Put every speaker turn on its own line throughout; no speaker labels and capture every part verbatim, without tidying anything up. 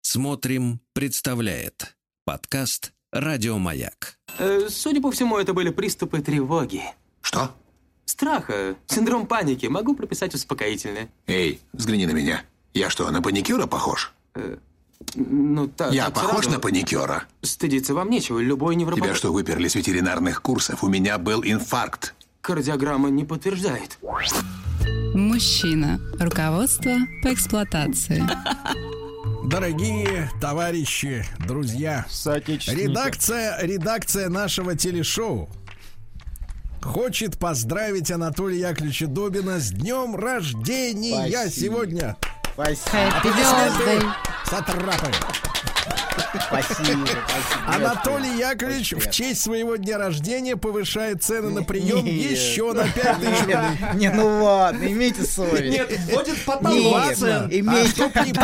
Смотрим, представляет подкаст «Радио Маяк».
Э, судя по всему, это были приступы тревоги.
Что?
Страха, синдром паники. Могу прописать успокоительное.
Эй, взгляни на меня. Я что, на паникюра похож?
Э, ну, так.
Я
так
похож
сразу.
на паникюра?
Стыдиться вам нечего. Любой невропатолог...
Тебя что, выперли с ветеринарных курсов? У меня был инфаркт.
Кардиограмма не подтверждает.
Мужчина. Руководство по эксплуатации.
Дорогие товарищи, друзья, редакция, редакция нашего телешоу хочет поздравить Анатолия Яковлевича Добина с днем рождения.
Спасибо.
Сегодня.
Спасибо.
Аплодисменты сатрапы.
Спасибо, спасибо.
Анатолий Яковлевич в честь своего дня рождения повышает цены на прием еще на пять тысяч рублей.
Не, ну ладно, имейте совесть.
Нет, вводит
потолок цен. Имейте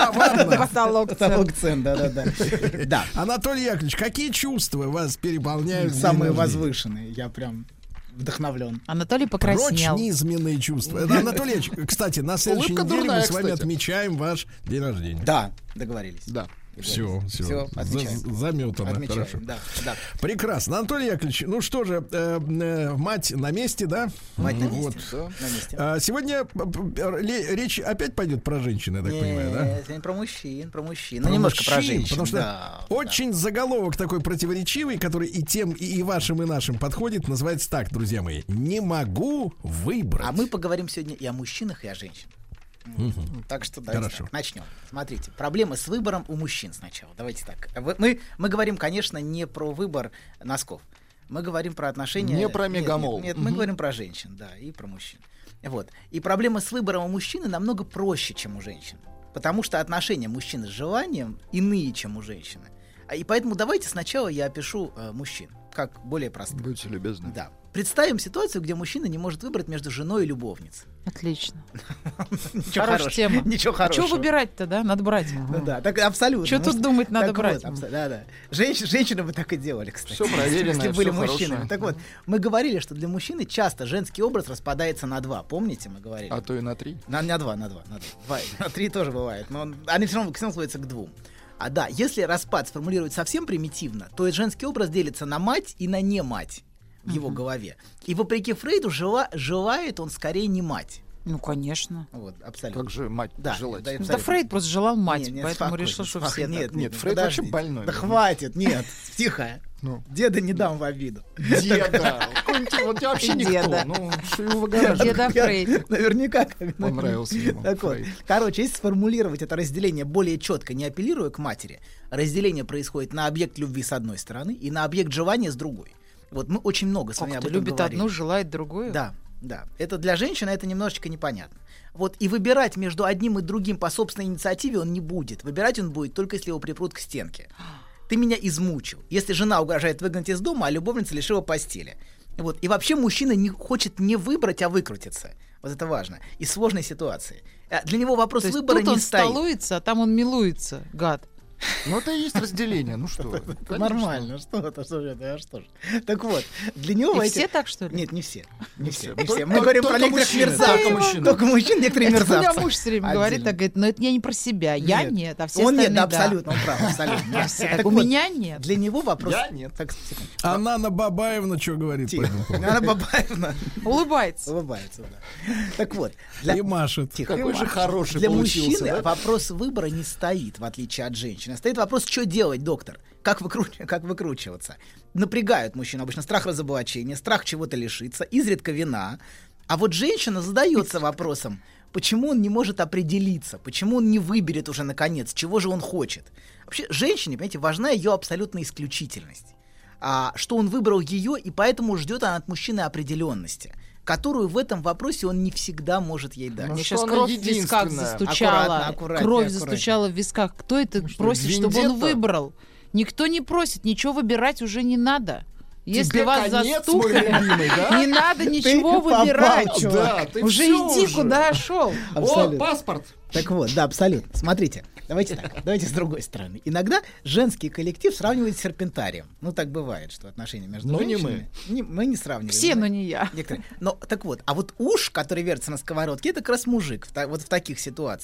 потолок
потолок цен, да-да-да. Да.
Анатолий Яковлевич, какие чувства вас переполняют?
Самые возвышенные. Я прям вдохновлен.
Анатолий покраснел.
Прочь низменные чувства. Это, Анатолий Ильич, кстати, на следующей
Улыбка
неделе
дурная,
мы с вами
кстати.
отмечаем ваш день рождения.
Да, договорились.
Да. Все, все,
Все, отмечаем.
заметано.
Отмечаем,
Хорошо.
да, да.
Прекрасно. Анатолий Яковлевич, ну что же, э, э, мать на месте, да?
Мать на
Вот.
месте. Все, на месте.
А, сегодня э, ле- речь опять пойдет про женщин, я так
Нет,
понимаю, да?
сегодня про мужчин, про мужчин.
Про
Ну, немножко про
мужчин,
женщин.
потому что
да,
очень
да.
заголовок такой противоречивый, который и тем, и, и вашим, и нашим подходит, называется так, друзья мои. Не могу выбрать.
А мы поговорим сегодня и о мужчинах, и о женщинах.
Мгм.
Так что давайте
Хорошо.
так, начнем. Смотрите, проблемы с выбором у мужчин сначала. Давайте так. Вы- Мы, мы говорим, конечно, не про выбор носков. Мы говорим про отношения...
Не про
Нет,
мегамол.
Нет, нет, мы говорим про женщин, да, и про мужчин. Вот. И проблема с выбором у мужчины намного проще, чем у женщин. Потому что отношения мужчины с желанием иные, чем у женщины. А И поэтому давайте сначала я опишу э, мужчин, как более простых.
Будьте любезны.
Да. Представим ситуацию, где мужчина не может выбрать между женой и любовницей.
Отлично.
Ничего
Хорошая
хорошего.
тема.
Ничего
А
хорошего.
что выбирать-то, да? Надо брать.
Ну да, так абсолютно.
Что
Потому
тут думать, надо
так
брать?
вот, абсо- да, да. Женщ- женщины бы так и делали, кстати.
Всё проверено,
если были
всё
мужчинами.
хорошее.
Так вот, мы говорили, что для мужчины часто женский образ распадается на два. Помните, мы говорили?
А то и на три.
На, на два, на два, на два. Два. На три тоже бывает, но он- они все равно, все равно сводятся к двум. А да, если распад сформулировать совсем примитивно, то женский образ делится на мать и на не мать в его голове. И вопреки Фрейду жела- желает он скорее не мать.
Ну, конечно.
Вот, абсолютно.
Как же мать
Да,
желать?
да,
Да
абсолютно.
Фрейд просто желал мать,
Не, не,
поэтому
спокойно,
решил, что
спокойно.
все
Нет,
так.
Нет, Фрейд вообще
подождите.
больной,
Да
да.
хватит, нет, тихо.
Ну.
Деда не дам в обиду.
Деда. Какой-нибудь Вот я вообще
И
никто.
деда.
Ну, что его выгораживать?
Деда
Я-
Фрейд.
Наверняка. как-
Понравился ему
Так вот,
Фрейд.
короче, если сформулировать это разделение более четко, не апеллируя к матери, разделение происходит на объект любви с одной стороны и на объект желания с другой. Вот мы очень много с вами
Как
об
ты
этом
любит
говорили.
одну, желает другую?
Да, да. Это для женщины это немножечко непонятно. Вот и выбирать между одним и другим по собственной инициативе он не будет. Выбирать он будет только если его припрут к стенке. Ты меня измучил. Если жена угрожает выгнать из дома, а любовница лишила постели. Вот. И вообще мужчина не хочет не выбрать, а выкрутиться. Вот это важно. Из сложной ситуации. А Для него вопрос
То есть
выбора
тут
не
он
стоит.
столуется, а там он милуется, гад.
Ну, это и есть разделение. Ну что? вы,
Это
конечно.
нормально, что это, что же это, а что же. Так вот, для него
И
эти-
все так, что ли?
Нет, не все. Не все.
все.
Не
Только-
все. Мы говорим про
только
некоторых
мужчины,
мерзавцев.
только мужчины.
Только мужчин, некоторые
Это у меня
мерзавцы.
муж все время говорит,
Отдельно.
так говорит, но это я не про себя. Я нет, а все
Он нет,
остальные
да,
да.
абсолютно, он прав, абсолютно.
Все
Так
так, у
вот,
меня нет.
Для него вопрос...
Я нет.
Так, секунду.
А Нана Бабаевна что говорит? по
Тихо.
этому поводу?
Анна Бабаевна
Улыбается.
улыбается. да. Так вот,
И
для...
машет.
Тихо.
Какой же хороший
Для
получился,
мужчины
да?
вопрос выбора не стоит, в отличие от женщины. Стоит вопрос, что делать, доктор? Как, выкруч- как выкручиваться? Напрягают мужчину обычно страх разоблачения, страх чего-то лишиться, изредка вина. А вот женщина задается вопросом, почему он не может определиться, почему он не выберет уже наконец, чего же он хочет. Вообще, женщине, понимаете, важна ее абсолютная исключительность. А, что он выбрал ее, и поэтому ждет она от мужчины определенности, которую в этом вопросе он не всегда может ей дать.
Ну,
Мне
что
сейчас
она
кровь в висках
единственная.
застучала.
Аккуратно, аккуратнее,
Кровь
аккуратнее.
застучала в висках. Кто это
что,
просит, чтобы он
вендетта?
выбрал? Никто не просит, ничего выбирать уже не надо. Если
Тебе
вас
конец, мой
застукали,
любимый, да?
не надо ничего
попал,
выбирать.
чувак.
Да, ты
Уже
всё
иди,
уже.
куда шел.
О,
Абсолютно.
паспорт.
Так вот, да, абсолютно. Смотрите, давайте так, давайте с другой стороны. Иногда женский коллектив сравнивают с серпентарием. Ну, так бывает, что отношения между
Но не
женщинами... Не, мы не сравниваем.
Все,
Мы-
но не я.
Некоторые. Но, так вот, а вот уж, который вертится на сковородке, это как раз мужик, в та- вот в таких ситуациях.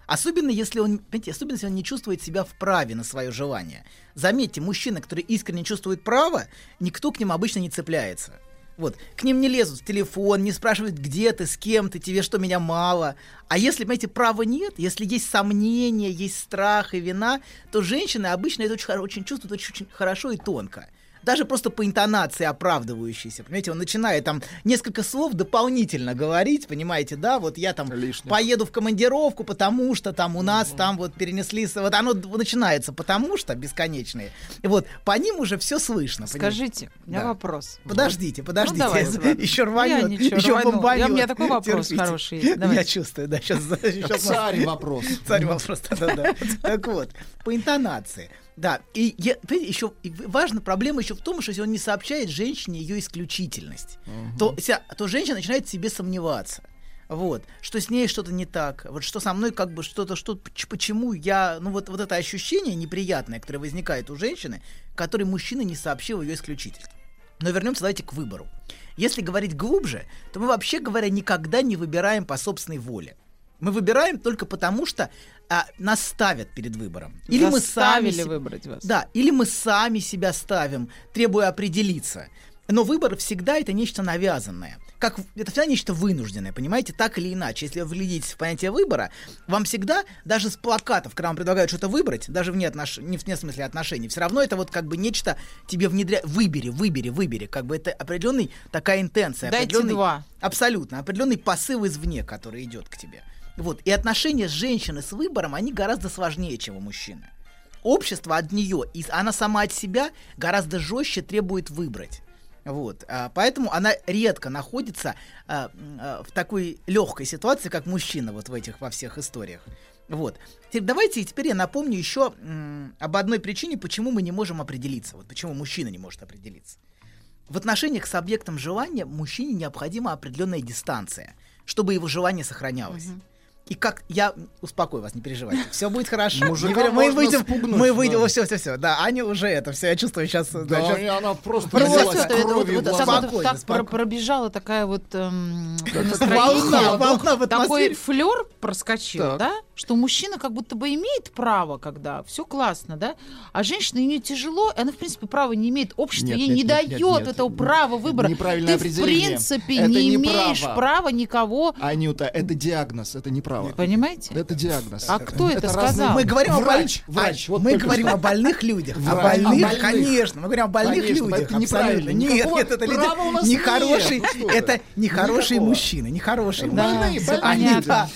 Особенно если он, понимаете, особенно если он не чувствует себя вправе на свое желание. Заметьте, мужчины, которые искренне чувствуют право, никто к ним обычно не цепляется. Вот. К ним не лезут в телефон, не спрашивают, где ты, с кем ты, тебе что, меня мало. А если, понимаете, права нет, если есть сомнения, есть страх и вина, то женщины обычно это очень, очень чувствуют очень, очень хорошо и тонко. Даже просто по интонации оправдывающейся. Понимаете, он начинает там несколько слов дополнительно говорить, понимаете, да, вот я там
Лишним.
поеду в командировку, потому что там у нас mm-hmm. там вот перенесли, вот оно начинается, потому что бесконечные. Вот, по ним уже все слышно.
Скажите, у меня
Да.
вопрос.
Подождите, подождите,
Ну, давайте, ладно.
еще рванет,
Я ничего,
еще
рвану.
бомбанет.
Я- у меня такой вопрос хороший есть.
Я
Давайте.
чувствую, да, сейчас... сейчас
Царь вопрос.
Царь вопрос, да-да-да. Так вот, по интонации. Да, и я, понимаете, еще и важна проблема еще в том, что если он не сообщает женщине ее исключительность, uh-huh. то, ся- то женщина начинает в себе сомневаться. Вот, что с ней что-то не так, вот что со мной как бы что-то, что, почему я, ну вот, вот это ощущение неприятное, которое возникает у женщины, которое мужчина не сообщил ее исключительность. Но вернемся, давайте, к выбору. Если говорить глубже, то мы, вообще говоря, никогда не выбираем по собственной воле. Мы выбираем только потому, что а, нас ставят перед выбором. Или мы сами
Заставили
се-
выбрать вас.
Да, или мы сами себя ставим, требуя определиться. Но выбор всегда это нечто навязанное. Как, это всегда нечто вынужденное, понимаете, так или иначе. Если вы влезете в понятие выбора, вам всегда, даже с плакатов, когда вам предлагают что-то выбрать, даже вне, отнош... не в не смысле отношений, все равно это вот как бы нечто тебе внедряет. Выбери, выбери, выбери. Как бы это определенный такая интенция.
Дайте
определенный-
два.
Абсолютно. Определенный посыл извне, который идет к тебе. Вот. И отношения с женщиной с выбором, они гораздо сложнее, чем у мужчины. Общество от нее, и она сама от себя гораздо жестче требует выбрать. Вот. А, поэтому она редко находится а, а, в такой легкой ситуации, как мужчина вот в этих во всех историях. Вот. Теперь давайте теперь я напомню еще м, об одной причине, почему мы не можем определиться. Вот почему мужчина не может определиться. В отношениях с объектом желания мужчине необходима определенная дистанция, чтобы его желание сохранялось. Угу. И как я успокою вас, не переживайте, все будет хорошо.
Мужика
Не, мы
можно
выйдем,
спугнуть,
мы
да.
выйдем, все, все, все. Да, Аня уже это, все, я чувствую сейчас.
Да,
да, сейчас...
и она просто
Просто
лилась
это- это
кровью
вот-
в
вот
глаза.
так
Так,
Спокойно,
так
спокойно.
про- пробежала такая вот эм,
Волна,
настроение,
волна в
такой
атмосфере.
флёр проскочил,
Так.
да, что мужчина как будто бы имеет право, когда все классно, да, а женщина, ей тяжело, и она, в принципе, права не имеет, общество
Нет,
ей
нет,
не
нет,
дает
нет, нет.
этого права выбора.
Неправильное
Ты, в
определение.
принципе,
Это
не
не
имеешь
право.
права никого,
Анюта, это диагноз, это неправо.
понимаете?
Это диагноз.
А кто это
разные-
сказал?
Мы говорим
Врач,
о больных.
врач, вот
мы
только
говорим
что.
о больных людях. О
Врач.
больных,
О больных.
конечно. Мы говорим о больных
Конечно,
людях.
это неправильно.
Абсолютно. Нет,
Никакого
нет, это люди
права у нас
нехорошие.
нет. Ну что
Это
вы.
нехорошие
Никакого.
мужчины, нехорошие
Да,
мужчины.
больные,
Они,
больные.
да,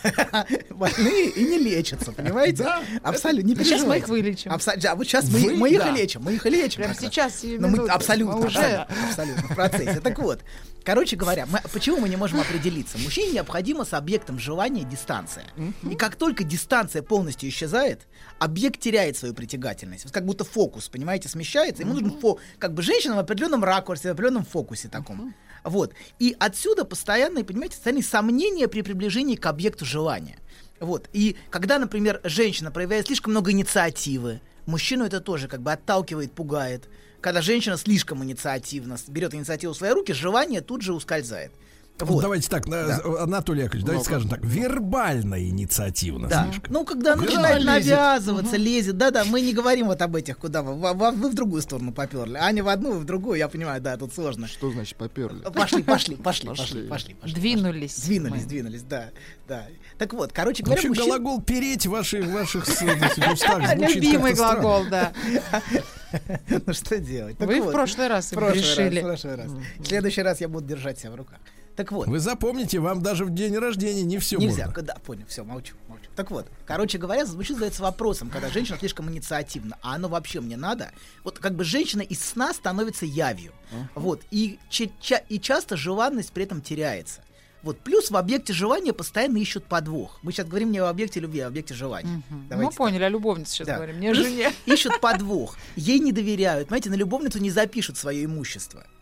больные и не лечатся, понимаете?
Да.
Абсолютно. Не
Сейчас мы
переживайте.
их вылечим.
Абсо- да, вот сейчас мы,
Вы?
мы их
Да.
и лечим. Мы их и лечим.
Прямо
как раз.
сейчас, сию
Ну, мы
минуту.
абсолютно,
Мы уже-
абсолютно, абсолютно в процессе. Так вот, короче говоря, мы, почему мы не можем определиться? Мужчине необходима с объектом желания дистанция. И как только дистанция полностью исчезает, объект теряет свою притягательность. Вот как будто фокус, понимаете, смещается. Ему нужен фо- как бы женщина в определенном ракурсе, в определенном фокусе таком. Вот. И отсюда постоянные, понимаете, постоянные сомнения при приближении к объекту желания. Вот. И когда, например, женщина проявляет слишком много инициативы, мужчину это тоже как бы отталкивает, пугает. Когда женщина слишком инициативно берет инициативу в свои руки, желание тут же ускользает. Вот.
Давайте так, на-
Да.
Анатолий Яковлевич, давайте скажем так, вербально инициативно
Да.
слишком.
Ну, когда она
Куда
начинает
она лезет?
навязываться, лезет. Да-да, мы не говорим вот об этих, куда вы. Во- во- Вы в другую сторону поперли. Аня в одну, вы в другую. Я понимаю, да, тут сложно.
Что значит поперли?
Пошли, пошли, пошли, пошли,
Пошли.
пошли, пошли.
Двинулись.
Двинулись,
мы.
двинулись, да, да. Так вот, короче говоря,
Вообще
мужчин-
глагол «переть» в ваших, ваших с- с- устах звучит
Любимый
как-то странно.
глагол, да.
Ну что делать? Так
Вы
вот,
в прошлый раз
в
их
прошлый
решили.
раз, в прошлый раз. В следующий раз я буду держать себя в руках. Так вот.
Вы запомните, вам даже в день рождения не все
Нельзя,
можно.
да, понял, все, молчу, молчу. Так вот, короче говоря, звучит задается вопросом, когда женщина слишком инициативна, а оно вообще мне надо? Вот как бы женщина из сна становится явью, вот, и, ча- ча- и часто желанность при этом теряется. Вот, плюс в объекте желания постоянно ищут подвох. Мы сейчас говорим не о объекте любви, а о объекте желания.
Мгм.
Давайте
Мы поняли, о любовнице сейчас
Да.
говорим, не о жене.
Ищут подвох, ей не доверяют. Знаете, на любовницу не запишут свое имущество.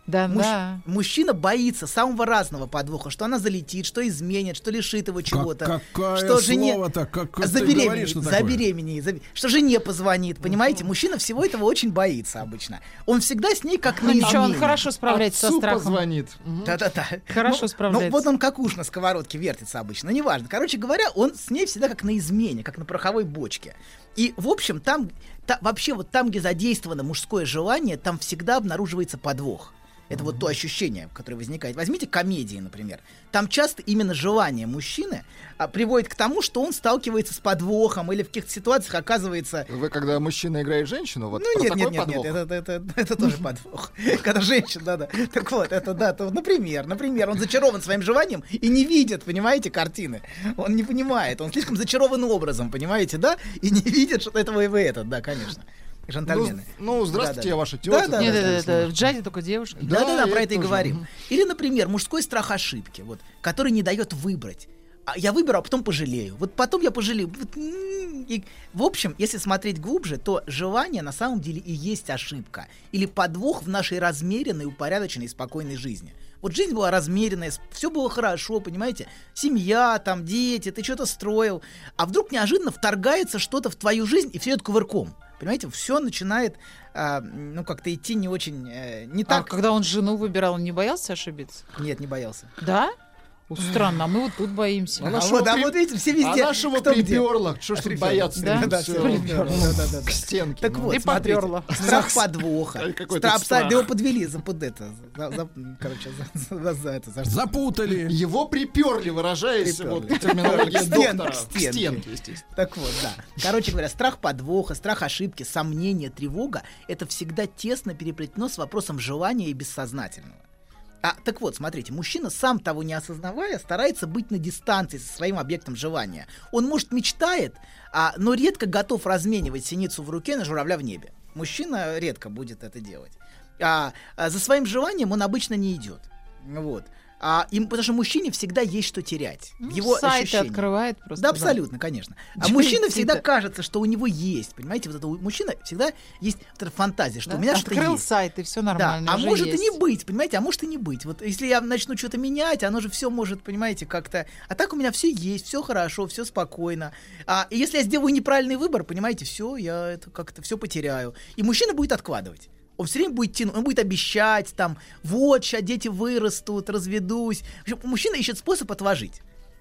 Да,
Муж-
да.
Мужчина боится самого разного подвоха, что она залетит, что изменит, что лишит его чего-то.
Как- какое
что жене
слово-то? Как- как ты
забеременеет,
говоришь на такое?
забеременеет, забе- что жене позвонит, понимаете? Мужчина всего этого очень боится обычно. Он всегда с ней как на
Ну ничего, он
измене.
хорошо справляется со
Отцу
страхом.
позвонит. Мгм.
Да-да-да.
Хорошо
Ну,
справляется.
Ну, вот он как уж на сковородке вертится обычно, ну, неважно. Короче говоря, он с ней всегда как на измене, как на пороховой бочке. И, в общем, там, та- вообще вот там, где задействовано мужское желание, там всегда обнаруживается подвох. Это вот то ощущение, которое возникает. Возьмите комедии, например. Там часто именно желание мужчины а, приводит к тому, что он сталкивается с подвохом или в каких-то ситуациях оказывается...
Вы, когда мужчина играет женщину, вот
Ну
про
нет,
такой
нет, нет,
подвох?
нет, это, это, это, это тоже подвох. Когда женщина, да, да. Так вот, это да, то, например, например, он зачарован своим желанием и не видит, понимаете, картины. Он не понимает, он слишком зачарован образом, понимаете, да, и не видит, что этого и вы этот, да, конечно.
Ну,
Джентльмены.
ну, здравствуйте,
Да-да.
ваша тетя.
Да-да.
Нет,
да,
это, это в джазе только девушки.
Да,
Да-да-да,
я
про это и
тоже.
говорим.
Мгм.
Или, например, мужской страх ошибки, вот, который не дает выбрать. А я выберу, а потом пожалею. Вот потом я пожалею. Вот, м, и, в общем, если смотреть глубже, то желание на самом деле и есть ошибка. Или подвох в нашей размеренной, упорядоченной, спокойной жизни. Вот жизнь была размеренная, все было хорошо, понимаете? Семья, там, дети, ты что-то строил. А вдруг неожиданно вторгается что-то в твою жизнь, и все идет кувырком. Понимаете, все начинает, а, ну, как-то идти не очень, э, не
А
так.
когда он жену выбирал, он не боялся ошибиться?
Нет, не боялся.
Да? Вот странно, а мы вот тут боимся.
А
А
нашего
вот, а
при-
вот видите, все
А
везде.
нашего
кто где.
приперло. Что ж тут
Приперло.
бояться?
Да?
Ну,
Да,
всё,
всё, приперло.
ну,
Да, да, да,
к
да.
стенке.
Так
ну.
вот,
И
смотрите,
попёрло.
страх подвоха.
Ай, какой
Страх,
тут страх.
да, его подвели за под это, за, за- короче, за, за- за это, за что?
Запутали.
Его приперли, выражаясь
Приперли.
вот терминологией
К стенке,
доктора.
к
К
стенке.
стенке, естественно.
Так вот, да. Короче говоря, страх подвоха, страх ошибки, сомнения, тревога — это всегда тесно переплетено с вопросом желания и бессознательного. А, так вот, смотрите, мужчина, сам того не осознавая, старается быть на дистанции со своим объектом желания. Он, может, мечтает, а, но редко готов разменивать синицу в руке на журавля в небе. Мужчина редко будет это делать. А, а за своим желанием он обычно не идет. Вот. А, им, потому что мужчине всегда есть что терять.
Ну,
Его
сайты
ощущения.
открывает просто.
Да, абсолютно, конечно. А
Чё
мужчина
идти-то?
всегда кажется, что у него есть. Понимаете, вот это у мужчины всегда есть вот эта фантазия, что
Да,
у меня что-то
открыл
есть.
сайт, и все
Да,
нормально.
а
уже
может
есть.
и не быть, понимаете, а может и не быть. Вот если я начну что-то менять, оно же все может, понимаете, как-то. А так у меня все есть, все хорошо, все спокойно. А и если я сделаю неправильный выбор, понимаете, все, я это как-то все потеряю. И мужчина будет откладывать. Он все время будет тянуть, он будет обещать, там, вот, сейчас дети вырастут, разведусь. В общем, мужчина ищет способ отложить,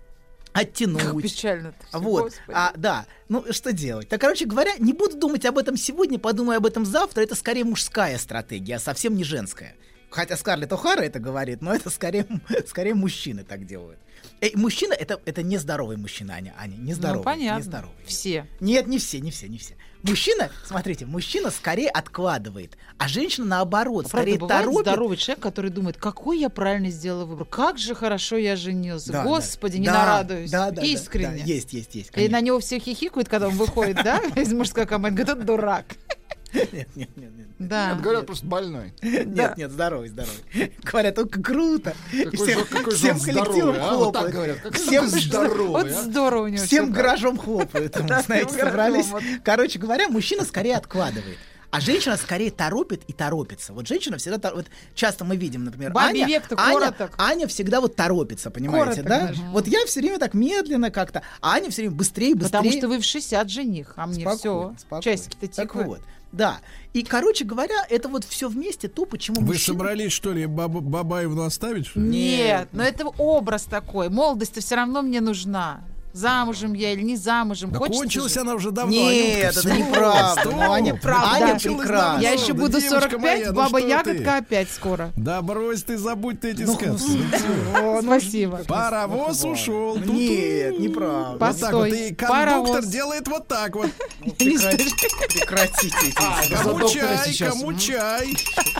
Как
оттянуть.
печально.
Вот, а, да, ну что делать? Так, короче говоря, не буду думать об этом сегодня, подумаю об этом завтра. Это скорее мужская стратегия, а совсем не женская. Хотя Скарлетт О'Хара это говорит, но это скорее, скорее мужчины так делают. Э, мужчина это, это нездоровый мужчина, Аня, Аня, нездоровый.
Ну, понятно.
Нездоровый.
Все.
Нет, не все, не все, не все. Мужчина, смотрите, мужчина скорее откладывает, а женщина наоборот,
Правда,
скорее
бывает
торопит.
здоровый человек, который думает, какой я правильно сделала выбор, как же хорошо я женился,
Да,
Господи,
да.
не
Да,
нарадуюсь,
да, да, да,
искренне.
да, есть, есть, есть.
И
конечно.
на него все хихикают, когда он выходит, да, из мужской команды, говорят, это дурак.
Нет, нет, нет, нет.
Да.
Нет, говорят, просто больной.
Нет, нет, здоровый, здоровый. Говорят, только круто. И
Какой
всем,
же, какой же
всем
он
коллективом
здоровый, а? Вот так
хлопают.
говорят. Как
Всем
такой здоровый,
Вот
а?
здорово у него
Всем
всё.
гаражом хлопают. ему,
Да,
знаете,
всем
собрались.
гаражом, вот.
Короче говоря, мужчина скорее откладывает. А женщина скорее торопит и торопится. Вот женщина всегда тор- вот часто мы видим, например,
Бабий
Аня,
век-то
Аня,
короток.
Аня всегда вот торопится, понимаете,
Короток
да?
даже.
Вот я все время так медленно как-то, а Аня все время быстрее, быстрее.
Потому что вы в шестьдесят жених, а мне все,
Спокойно, спокойно.
часики-то
Так
тикают.
вот, да. И, короче говоря, это вот все вместе то, почему
Вы
мужчина...
собрались, что ли, Баба- Бабаевну оставить? что ли?
Нет, но это образ такой. Молодость-то все равно мне нужна. Замужем я или не замужем.
Да
Хочется
кончилась
же.
она уже давно.
Нет,
Анютка,
это
всё,
неправда.
стоп.
Ну, Аня,
правда.
Аня
Кончилась
прекрасна.
давно.
Я еще
Да,
буду
девочка
сорок
моя,
пять,
ну
баба
что
ягодка
ты?
опять скоро.
Да брось ты, забудь ты эти
Ну,
сказки.
О, ну,
Спасибо.
Паровоз ушел. Ту-ту.
Нет, неправда.
Вот так вот.
Постой,
И кондуктор
паровоз.
делает вот так вот.
Прекрати- Прекратите эти
За
Кому
доктора
чай,
сейчас.
кому чай.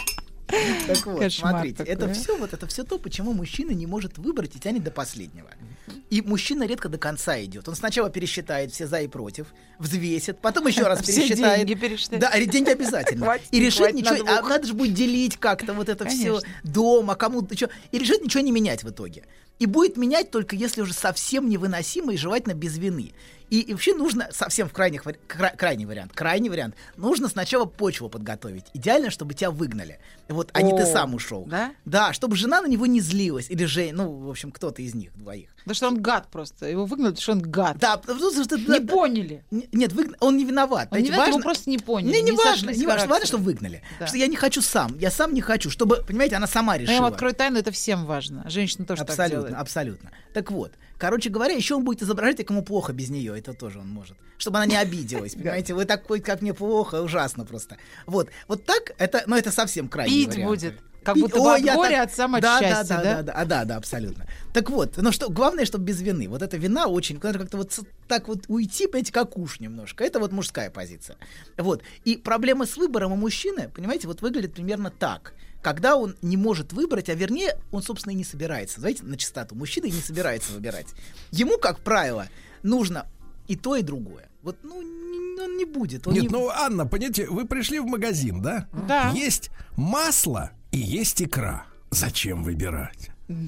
Так вот,
Кошмар
смотрите,
такой,
это
а.
все вот это все то, почему мужчина не может выбрать и тянет до последнего. И мужчина редко до конца идет. Он сначала пересчитает все за и против, взвесит, потом еще раз
Все
пересчитает.
деньги пересчитает.
Да, и деньги обязательно.
Хватит,
И
не
решит
хватит
ничего,
на двух.
а надо же будет делить как-то вот это все
Конечно.
дома, кому-то что. И решит ничего не менять в итоге. И будет менять только если уже совсем невыносимо и желательно без вины. И, и вообще нужно совсем в крайних, вари- кра- крайний вариант, крайний вариант, нужно сначала почву подготовить. Идеально, чтобы тебя выгнали. Вот, а не
О,
ты сам ушел.
да?
Да, чтобы жена на него не злилась. Или же, ну, в общем, кто-то из них двоих.
Потому что он гад просто. Его выгнали, потому что он гад.
Да, потому что...
Не
да, да.
поняли.
Н- Нет, выгна- он не виноват.
Он не
Знаете,
виноват, его
важно-
просто не поняли.
Не, не,
не
важно,
сошлись
не важно, важно,
характером.
что выгнали.
Да.
Потому что я не хочу сам, я сам не хочу, чтобы, понимаете, она сама
Но я
решила.
вам открою тайну, это всем важно. Женщина тоже так
Абсолютно,
делает.
абсолютно. Так вот, короче говоря, еще он будет изображать, как ему плохо без нее, это тоже он может, чтобы она не обиделась, понимаете, вы такой, как мне плохо, ужасно просто. Вот, вот так, это, ну это совсем крайний
Пить
вариант.
будет. Как
Пить-
будто бы
Ой,
от
я
горя,
так-
от самого
да,
счастья,
да,
да?
да, да, да, да, да, абсолютно. Так вот, ну что, главное, чтобы без вины. Вот эта вина очень, надо как-то вот с- так вот уйти, понимаете, как уж немножко. Это вот мужская позиция. Вот. И проблема с выбором у мужчины, понимаете, вот выглядит примерно так. Когда он не может выбрать, а вернее, он, собственно, и не собирается. Знаете, на чистоту. Мужчина и не собирается выбирать. Ему, как правило, нужно и то, и другое. Вот, ну, не- он не будет. Он
Нет,
не...
ну, Анна, понимаете, вы пришли в магазин, да?
Да.
Есть масло и есть икра. Зачем выбирать?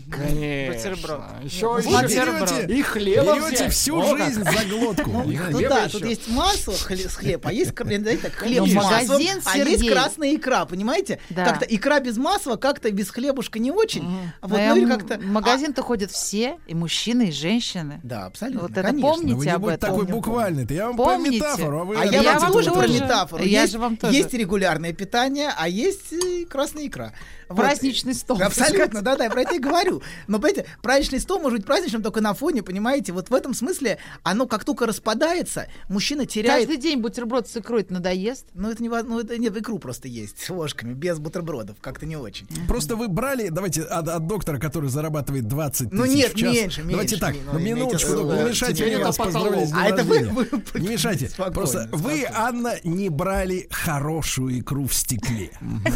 Бутерброд.
Еще,
Вот
еще
берете-
и хлеба
Берете
взять.
всю
О, как.
жизнь за глотку.
Ну,
понимаете?
ну
хлеба
да,
еще.
тут есть масло, хле- с хлеб, а есть кр- знаете, так, хлеб
Но
с маслом,
магазин,
а есть
Сергей.
красная икра, понимаете?
Да.
Как-то икра без масла, как-то без хлебушка не очень. А вот,
Но
ну, или
я-
как-то...
В магазин-то ходят все, и мужчины, и женщины.
А, да, абсолютно,
Вот это
конечно.
помните
Ну, вы не
об
будьте
этом?
такой
Помню,
буквальный. Я вам
Помните.
по метафору, а вы...
А я,
Я
вам
вам
тоже про
тоже.
метафору.
Я
есть,
же вам тоже.
есть регулярное питание, а есть э, красная икра. Вот.
Праздничный стол.
Абсолютно, да-да, я про это и говорю. Но, понимаете, праздничный стол может быть праздничным только на фоне, понимаете? Вот в этом смысле оно как только распадается, мужчина теряет...
Каждый день бутерброд с икрой надоест.
Ну, это не во- ну, это нет, икру просто есть с ложками, без бутербродов, как-то не очень.
Просто вы брали, давайте, от, от доктора, который зарабатывает двадцать тысяч
Ну, нет,
в час.
меньше,
Давайте
меньше,
так,
не-
ну,
ну, имейте
минуточку,
в виду,
не
да.
мешайте
Теперь
мне
это
вас
потолок.
поздравлять с днем
А это вы-
рождения.
вы-
Не мешайте.
Спокойно,
Просто вы,
спокойно.
Анна, не брали хорошую икру в стекле.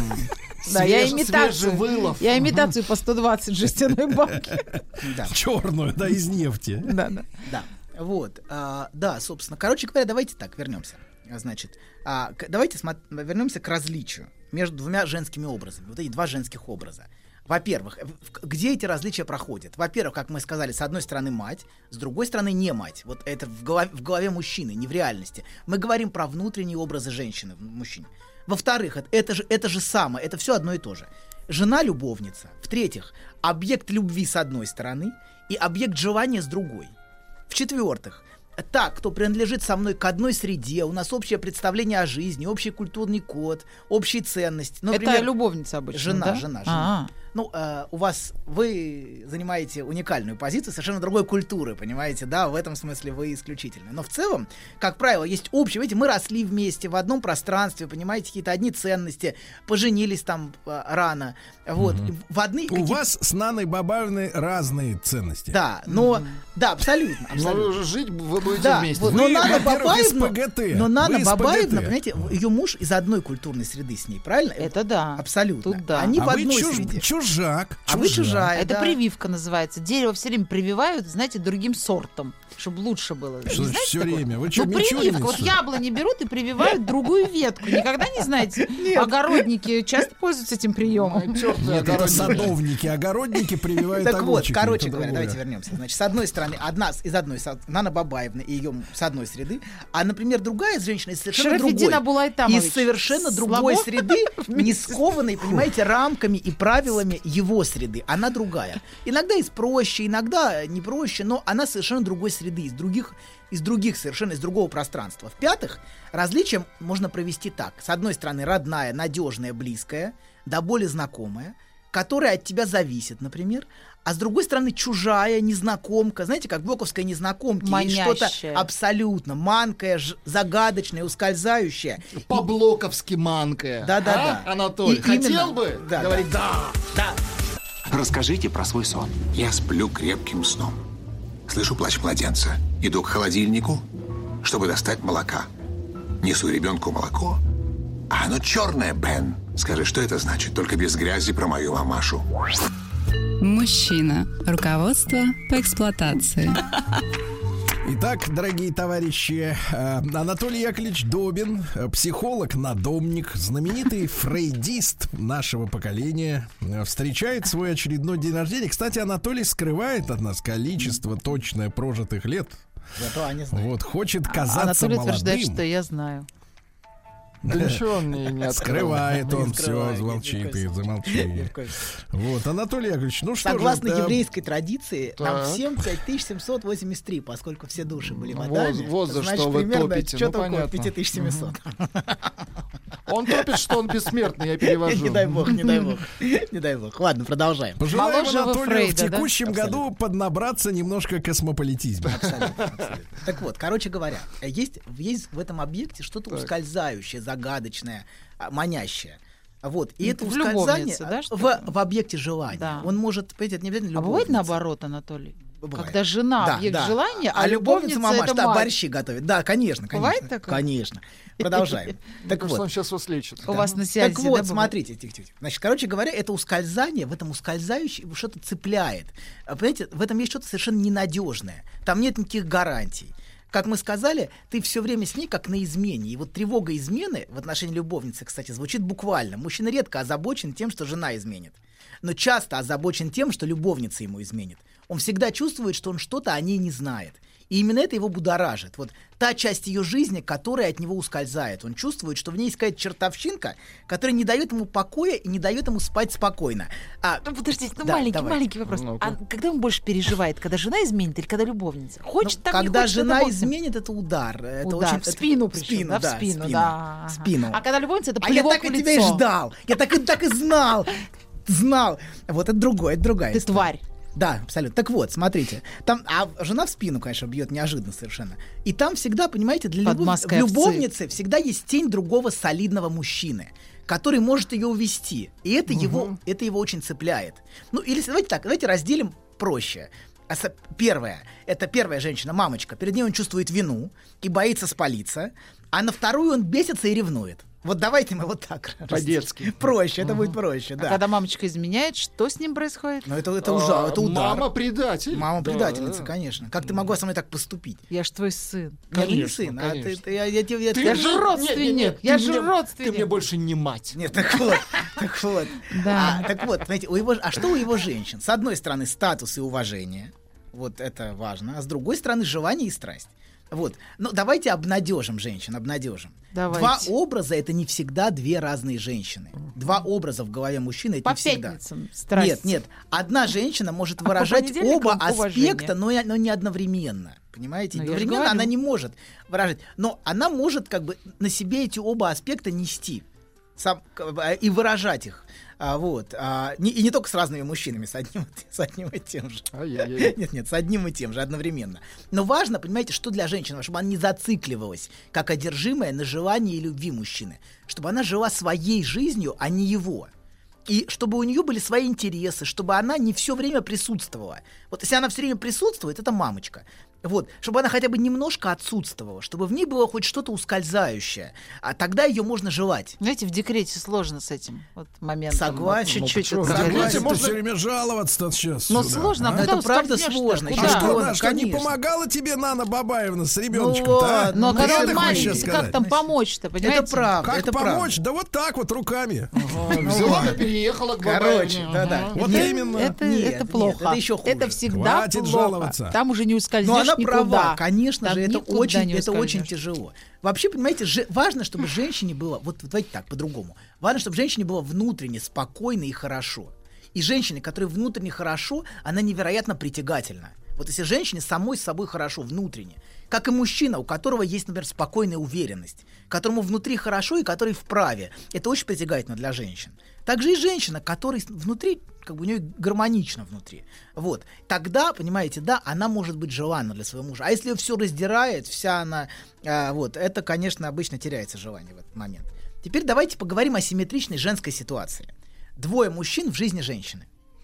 Да, я
Свеж-
имитацию.
свежий вылов.
Я имитацию по сто двадцать жестяной банки.
Да.
Черную, да, из нефти.
Да, да.
Да, вот, а, да, собственно, короче говоря, давайте так, вернемся. А, Значит, а, к- давайте смо- вернемся к различию между двумя женскими образами. Вот эти два женских образа. Во-первых, в- в- где эти различия проходят? Во-первых, как мы сказали, с одной стороны мать, с другой стороны не мать. Вот это в голове, в голове мужчины, не в реальности. Мы говорим про внутренние образы женщины в мужчине. Во-вторых, это, это же, это же самое, это все одно и то же. Жена — любовница. В-третьих, объект любви с одной стороны и объект желания с другой. В-четвертых, та, кто принадлежит со мной к одной среде, у нас общее представление о жизни, общий культурный код, общие ценности. Ну,
Это
например,
любовница обычно,
Жена,
да?
жена, жена.
А,
Ну, э, у вас, вы занимаете уникальную позицию совершенно другой культуры, понимаете, да, в этом смысле вы исключительны. Но в целом, как правило, есть общее, видите, мы росли вместе в одном пространстве, понимаете, какие-то одни ценности, поженились там э, рано, вот, и в одни...
У
какие-
вас с Наной Бабаевной разные ценности.
Да, но, да, абсолютно, абсолютно.
Но жить вы будете
Да,
вместе.
вот,
Вы,
но Нана
во-первых, из
Бабаевна,
ПГТ.
но Нана
Вы из
Бабаевна,
ПГТ.
понимаете, ее муж из одной культурной среды с ней, правильно?
Это да.
Абсолютно.
Тут да.
Они
А
в
вы
одной
чуж-
среде.
чужак.
А вы чужая,
Это
да.
прививка называется. Дерево все время прививают, знаете, другим сортом, чтобы лучше было.
Что
Не
значит
знаете
все
такое?
время? Вы что,
Ну, прививка.
мичуринец,
Вот
что ли?
яблони берут и прививают другую ветку. Никогда не знаете? Огородники часто пользуются этим приемом.
Нет, это садовники, огородники прививают
Так вот,
огурчики,
короче
это
говоря,
другое.
давайте вернемся. Значит, с одной стороны, одна с- из одной, со- Нана Бабаевна и ее с одной среды, а, например, другая женщина из совершенно
Шарафиддин
другой.
Абулайтамович.
Из совершенно
Слабо?
другой среды, не скованной, понимаете, рамками и правилами его среды. Она другая. Иногда из проще, иногда не проще, но она совершенно другой среды, из других, из других совершенно, из другого пространства. В-пятых, различием можно провести так. С одной стороны, родная, надежная, близкая, до боли знакомая, которая от тебя зависит, например, а с другой стороны, чужая, незнакомка, знаете, как блоковская незнакомка, есть что-то
Манящая.
абсолютно манкое, ж- загадочное, ускользающее.
По-блоковски манкая.
Да-да-да.
А, Анатолий,
И
хотел
именно-
бы?
Да,
Говорит, да.
Да.
Расскажите про свой сон.
Я сплю крепким сном. Слышу плач младенца. Иду к холодильнику, чтобы достать молока. Несу ребенку молоко. А оно черное, Бен. Скажи, что это значит? Только без грязи про мою мамашу.
Мужчина. Руководство по эксплуатации.
Итак, дорогие товарищи, э, Анатолий Яковлевич Добин, э, психолог, надомник, знаменитый фрейдист нашего поколения, э, встречает свой очередной день рождения. Кстати, Анатолий скрывает от нас количество точное прожитых лет.
Зато они знают.
Вот, хочет
А
казаться
Анатолий
молодым.
утверждает, что я знаю.
Да ничего он не, не открыл.
Скрывает он
Не
все,
скрывает,
замолчи
ни в
ты,
коем
замолчи.
Ни в коем случае.
Вот, Анатолий Яковлевич, ну что
Согласно
же... да,
еврейской традиции, нам
Так.
всем пять тысяч семьсот восемьдь три, поскольку все души были в
Вот-
Адаме.
вот за
значит,
что вы
примерно
топите,
что-то
ну,
около
понятно.
пять тысяч семьсот.
Он топит, что он бессмертный, я перевожу.
Не дай бог, не дай бог. Не дай бог. Ладно, продолжаем.
Пожелаем
Моложе вы
Анатолию
Фрейда,
в
да?
текущем
Абсолютно.
году поднабраться немножко космополитизма.
Абсолютно, абсолютно. Так вот, короче говоря, есть, есть в этом объекте что-то ускользающее, загадочное, а, манящее. Вот. И
Ну,
это
в
ускользание
любовнице, да,
в,
что-то?
в объекте желания.
Да.
Он может, понимаете, это не обязательно
А бывает
любовница.
наоборот, Анатолий?
Бывает.
Когда жена
Да,
объект
да.
желания, а,
А любовница
любовница
мамаш,
это
да,
мать.
борщи готовит. Да, конечно, конечно.
Бывает такое?
Конечно. Продолжаем.
Мне
Так
кажется, он
вот.
сейчас вас лечит.
У вас на связи,
Так
да,
вот,
бывает?
смотрите, тихо, тихо. Значит, короче говоря, это ускользание, в этом ускользающем что-то цепляет. А, понимаете, в этом есть что-то совершенно ненадежное. Там нет никаких гарантий. Как мы сказали, ты все время с ней как на измене. И вот тревога измены в отношении любовницы, кстати, звучит буквально. Мужчина редко озабочен тем, что жена изменит. Но часто озабочен тем, что любовница ему изменит. Он всегда чувствует, что он что-то о ней не знает. И именно это его будоражит. Вот та часть ее жизни, которая от него ускользает. Он чувствует, что в ней есть какая-то чертовщинка, которая не дает ему покоя и не дает ему спать спокойно. А,
Ну, подождите, ну
Да,
маленький,
давай.
маленький вопрос.
Ну-ка.
А когда он больше переживает, когда жена изменит или когда любовница? Хочет
ну,
там, не
когда
хочет,
жена
это бог с ним.
изменит, это удар. Это
Удар.
очень,
В
это-
спину
в
причем,
спину,
да, в
да,
спину,
спину,
да.
в спину.
А когда любовница, это
А я
плевок
так
в
и тебя и
лицо.
ждал. Я так и, так и знал. Знал. Вот это другое, это другая
Ты
история.
тварь.
Да, абсолютно. Так вот, смотрите. Там, а жена в спину, конечно, бьет неожиданно совершенно. И там всегда, понимаете, для
Под
любов-
маской
в
овцы.
любовнице всегда есть тень другого солидного мужчины, который может ее увести. И это, его, это его очень цепляет. Ну, или давайте так, давайте разделим проще. А со- Первое, это первая женщина, мамочка. Перед ней он чувствует вину и боится спалиться. А на вторую он бесится и ревнует. Вот давайте мы вот так.
По-детски.
Проще, это будет проще,
А
да.
когда мамочка изменяет, что с ним происходит?
Но это, это, ужа- это удар.
Мама предатель.
Мама
Да,
предательница,
да.
конечно. Как ты могла со мной так поступить?
Я ж твой сын.
Я не
Конечно,
сын, а ты,
конечно.
ты- я, я, тебе- я,
Ты
Я
ты-
же
мне-
родственник,
нет, нет,
я
ты
же
мне-
родственник.
Ты мне больше не мать.
Нет, так вот, так вот.
Да.
А, так вот, знаете, у его, а что у его женщин? С одной стороны, статус и уважение. Вот это важно. А с другой стороны, желание и страсть. Вот. Ну, давайте обнадежим женщин, обнадежим.
Давайте.
Два образа — это не всегда две разные женщины. Два образа в голове мужчины — это
По
не всегда.
пятницам страсть.
Нет, нет. Одна женщина может
А по
выражать
понедельникам
оба
уважение.
аспекта, но, но не одновременно. Понимаете?
Ну, я же
Одновременно
говорю.
она не может выражать. Но она может как бы на себе эти оба аспекта нести сам, как бы, и выражать их. А, вот. А, не- и не только с разными мужчинами, с одним, с одним и тем же.
Ай-яй-яй.
Нет, нет, с одним и тем же одновременно. Но важно, понимаете, что для женщины, чтобы она не зацикливалась, как одержимая на желании и любви мужчины. Чтобы она жила своей жизнью, а не его. И чтобы у нее были свои интересы, чтобы она не все время присутствовала. Вот если она все время присутствует, это мамочка. Вот, чтобы она хотя бы немножко отсутствовала, чтобы в ней было хоть что-то ускользающее, а тогда ее можно желать.
Знаете, в декрете сложно с этим вот моментом.
Согласен.
Вот чуть-чуть.
Ну,
вот
почему?
какая-то-
Согласен,
Согласен,
можно-
все время жаловаться сейчас.
Но
сюда,
сложно, а
а?
Но
куда
это правда
ускользнешь-то?
сложно.
А
Куда?
что,
Ребенок,
Наша, не
конечно.
помогала тебе Нана Бабаевна с
Ну
ребеночком-то, а?
ладно,
Но
ну,
когда
что
он
ты
маленький,
хочешь
как
сказать?
там помочь-то, понимаете?
Это правда,
Как
это
помочь?
правда.
Да вот так вот руками.
Взяла да переехала к
Короче,
бабаевне.
да-да.
Ага.
Вот
Нет,
именно.
Это,
Нет,
это
нет,
плохо.
это еще хуже.
Это всегда
Хватит
плохо.
жаловаться.
Там уже не ускользнешь
Но она
никуда.
права, конечно
Там
же, это
никуда
очень,
не
это очень
ускользнешь.
тяжело. Вообще, понимаете, же, важно, чтобы женщине было, вот давайте так, по-другому. Важно, чтобы женщине было внутренне спокойно и хорошо. И женщине, которой внутренне хорошо, она невероятно притягательна. Вот если женщине самой с собой хорошо внутренне, как и мужчина, у которого есть, например, спокойная уверенность, которому внутри хорошо и который вправе, это очень притягательно для женщин. Также и женщина, которой внутри, как бы у нее гармонично внутри. Вот. Тогда, понимаете, да, она может быть желанна для своего мужа. А если ее все раздирает, вся она, а, вот, это, конечно, обычно теряется желание в этот момент. Теперь давайте поговорим о симметричной женской ситуации. Двое мужчин в жизни женщины.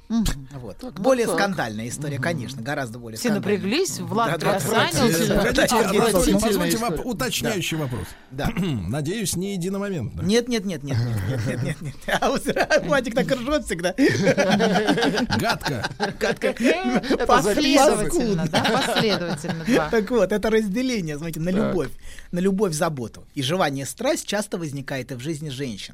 Вот. Более
так.
скандальная история, конечно, гораздо более
Все
скандальная.
напряглись, Влад
Да, да,
приосанился.
да.
Погодите,
Да,
Анатолий,
отвратительная
позвольте
история.
воп- уточняющий вопрос.
Да.
Надеюсь, не единомоментно.
Нет, нет, нет, нет, нет, нет, нет, нет. А вот Владик так ржет всегда.
Гадко.
Последовательно, да? Последовательно, два.
Так вот, это разделение, знаете, на любовь, на любовь, заботу. И желание, страсть часто возникает и в жизни женщин.